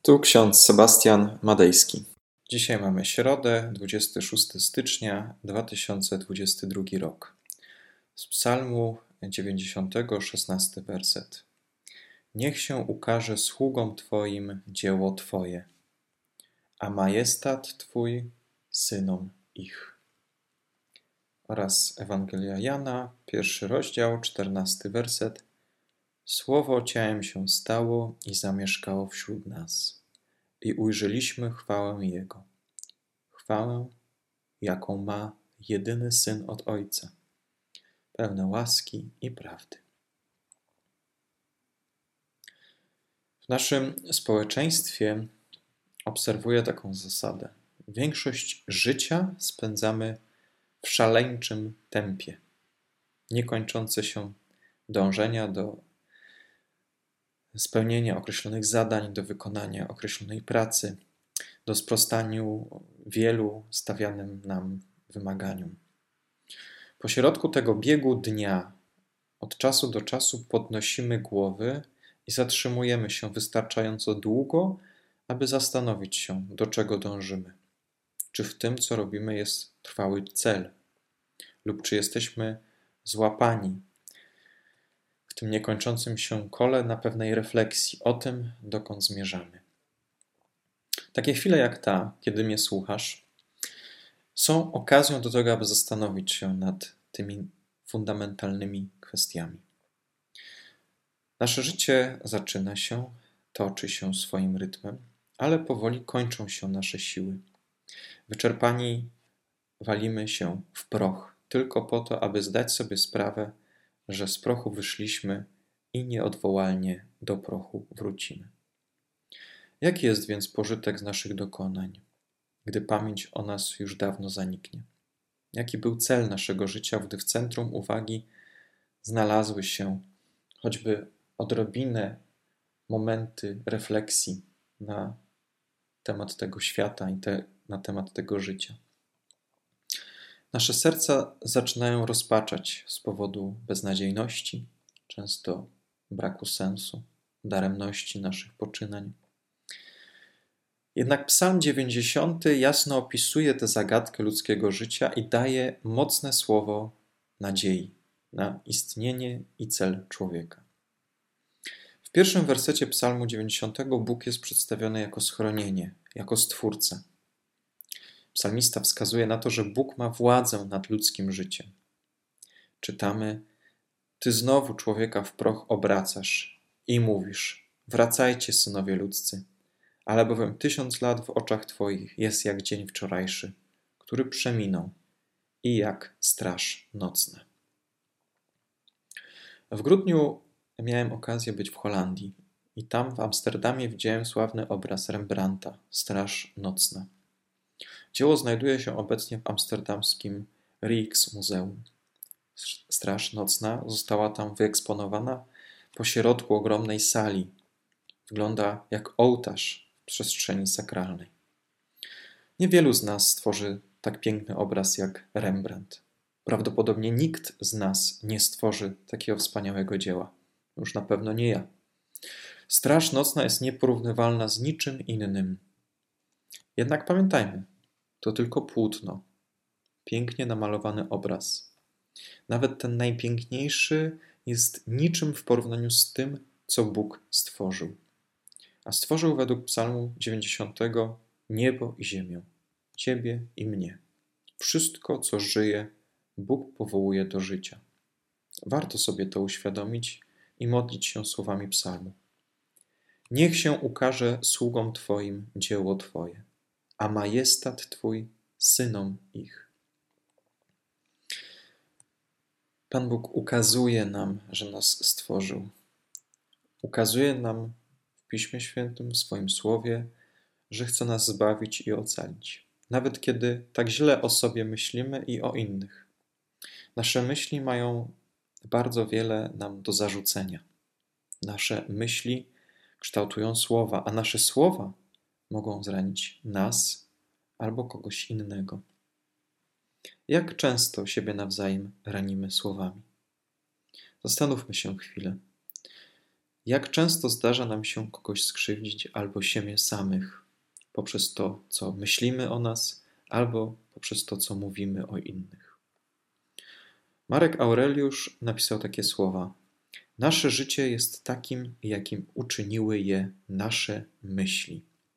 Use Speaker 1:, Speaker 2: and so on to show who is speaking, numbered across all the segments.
Speaker 1: Tu ksiądz Sebastian Madejski. Dzisiaj mamy środę, 26 stycznia 2022 rok. Z Psalmu 90, 16 werset. Niech się ukaże sługom Twoim dzieło Twoje, a majestat Twój synom ich. Oraz Ewangelia Jana, 1 rozdział, 14 werset. Słowo ciałem się stało i zamieszkało wśród nas. I ujrzeliśmy chwałę Jego. Chwałę, jaką ma jedyny Syn od Ojca, pełne łaski i prawdy. W naszym społeczeństwie obserwuję taką zasadę. Większość życia spędzamy w szaleńczym tempie. Niekończące się dążenia do spełnienia określonych zadań, do wykonania określonej pracy, do sprostaniu wielu stawianym nam wymaganiom. Pośrodku tego biegu dnia od czasu do czasu podnosimy głowy i zatrzymujemy się wystarczająco długo, aby zastanowić się, do czego dążymy. Czy w tym, co robimy, jest trwały cel, lub czy jesteśmy złapani w tym niekończącym się kole na pewnej refleksji o tym, dokąd zmierzamy. Takie chwile jak ta, kiedy mnie słuchasz, są okazją do tego, aby zastanowić się nad tymi fundamentalnymi kwestiami. Nasze życie zaczyna się, toczy się swoim rytmem, ale powoli kończą się nasze siły. Wyczerpani walimy się w proch, tylko po to, aby zdać sobie sprawę, że z prochu wyszliśmy i nieodwołalnie do prochu wrócimy. Jaki jest więc pożytek z naszych dokonań, gdy pamięć o nas już dawno zaniknie? Jaki był cel naszego życia, gdy w centrum uwagi znalazły się choćby odrobinę momenty refleksji na temat tego świata i na temat tego życia? Nasze serca zaczynają rozpaczać z powodu beznadziejności, często braku sensu, daremności naszych poczynań. Jednak Psalm 90 jasno opisuje tę zagadkę ludzkiego życia i daje mocne słowo nadziei na istnienie i cel człowieka. W pierwszym wersecie Psalmu 90 Bóg jest przedstawiony jako schronienie, jako Stwórca. Psalmista wskazuje na to, że Bóg ma władzę nad ludzkim życiem. Czytamy: Ty znowu człowieka w proch obracasz i mówisz: wracajcie, synowie ludzcy, albowiem 1000 lat w oczach Twoich jest jak dzień wczorajszy, który przeminął, i jak straż nocna. W grudniu miałem okazję być w Holandii i tam w Amsterdamie widziałem sławny obraz Rembrandta „Straż nocna”. Dzieło znajduje się obecnie w amsterdamskim Rijksmuseum. Straż nocna została tam wyeksponowana pośrodku ogromnej sali. Wygląda jak ołtarz w przestrzeni sakralnej. Niewielu z nas stworzy tak piękny obraz jak Rembrandt. Prawdopodobnie nikt z nas nie stworzy takiego wspaniałego dzieła. Już na pewno nie ja. Straż nocna jest nieporównywalna z niczym innym. Jednak pamiętajmy, to tylko płótno. Pięknie namalowany obraz. Nawet ten najpiękniejszy jest niczym w porównaniu z tym, co Bóg stworzył. A stworzył według Psalmu 90 niebo i ziemię, ciebie i mnie. Wszystko, co żyje, Bóg powołuje do życia. Warto sobie to uświadomić i modlić się słowami psalmu. Niech się ukaże sługom Twoim dzieło Twoje, a majestat Twój synom ich. Pan Bóg ukazuje nam, że nas stworzył. Ukazuje nam w Piśmie Świętym, w swoim Słowie, że chce nas zbawić i ocalić. Nawet kiedy tak źle o sobie myślimy i o innych. Nasze myśli mają bardzo wiele nam do zarzucenia. Nasze myśli kształtują słowa, a nasze słowa mogą zranić nas albo kogoś innego. Jak często siebie nawzajem ranimy słowami? Zastanówmy się chwilę. Jak często zdarza nam się kogoś skrzywdzić albo siebie samych poprzez to, co myślimy o nas, albo poprzez to, co mówimy o innych. Marek Aureliusz napisał takie słowa: nasze życie jest takim, jakim uczyniły je nasze myśli.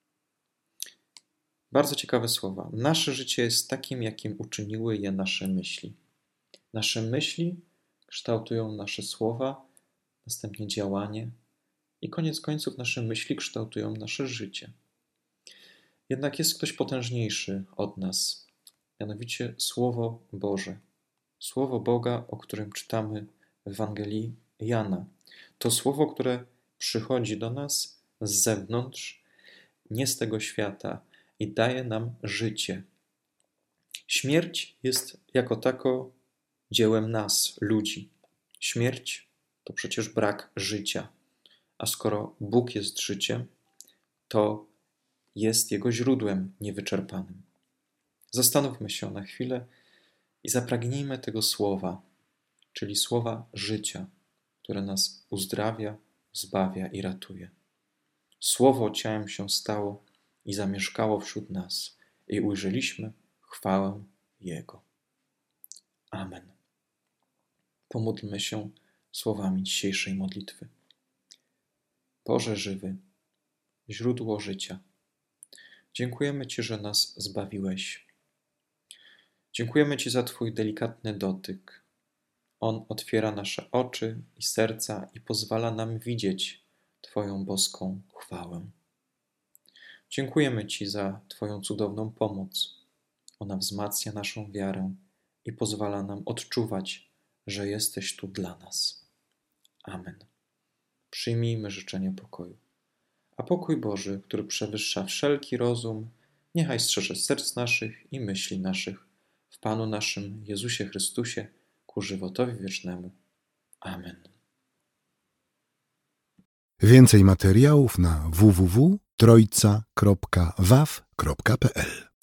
Speaker 1: Bardzo ciekawe słowa. Nasze życie jest takim, jakim uczyniły je nasze myśli. Nasze myśli kształtują nasze słowa, następnie działanie i koniec końców nasze myśli kształtują nasze życie. Jednak jest ktoś potężniejszy od nas, mianowicie Słowo Boże. Słowo Boga, o którym czytamy w Ewangelii Jana. To słowo, które przychodzi do nas z zewnątrz, nie z tego świata i daje nam życie. Śmierć jest jako tako dziełem nas, ludzi. Śmierć to przecież brak życia. A skoro Bóg jest życiem, to jest Jego źródłem niewyczerpanym. Zastanówmy się na chwilę i zapragnijmy tego słowa, czyli słowa życia, które nas uzdrawia, zbawia i ratuje. Słowo ciałem się stało i zamieszkało wśród nas i ujrzeliśmy chwałę Jego. Amen. Pomódlmy się słowami dzisiejszej modlitwy. Boże żywy, źródło życia, dziękujemy Ci, że nas zbawiłeś. Dziękujemy Ci za Twój delikatny dotyk. On otwiera nasze oczy i serca i pozwala nam widzieć Twoją boską chwałę. Dziękujemy Ci za Twoją cudowną pomoc. Ona wzmacnia naszą wiarę i pozwala nam odczuwać, że jesteś tu dla nas. Amen. Przyjmijmy życzenie pokoju. A pokój Boży, który przewyższa wszelki rozum, niechaj strzeże serc naszych i myśli naszych w Panu naszym Jezusie Chrystusie ku żywotowi wiecznemu. Amen.
Speaker 2: Więcej materiałów na www.trojca.waw.pl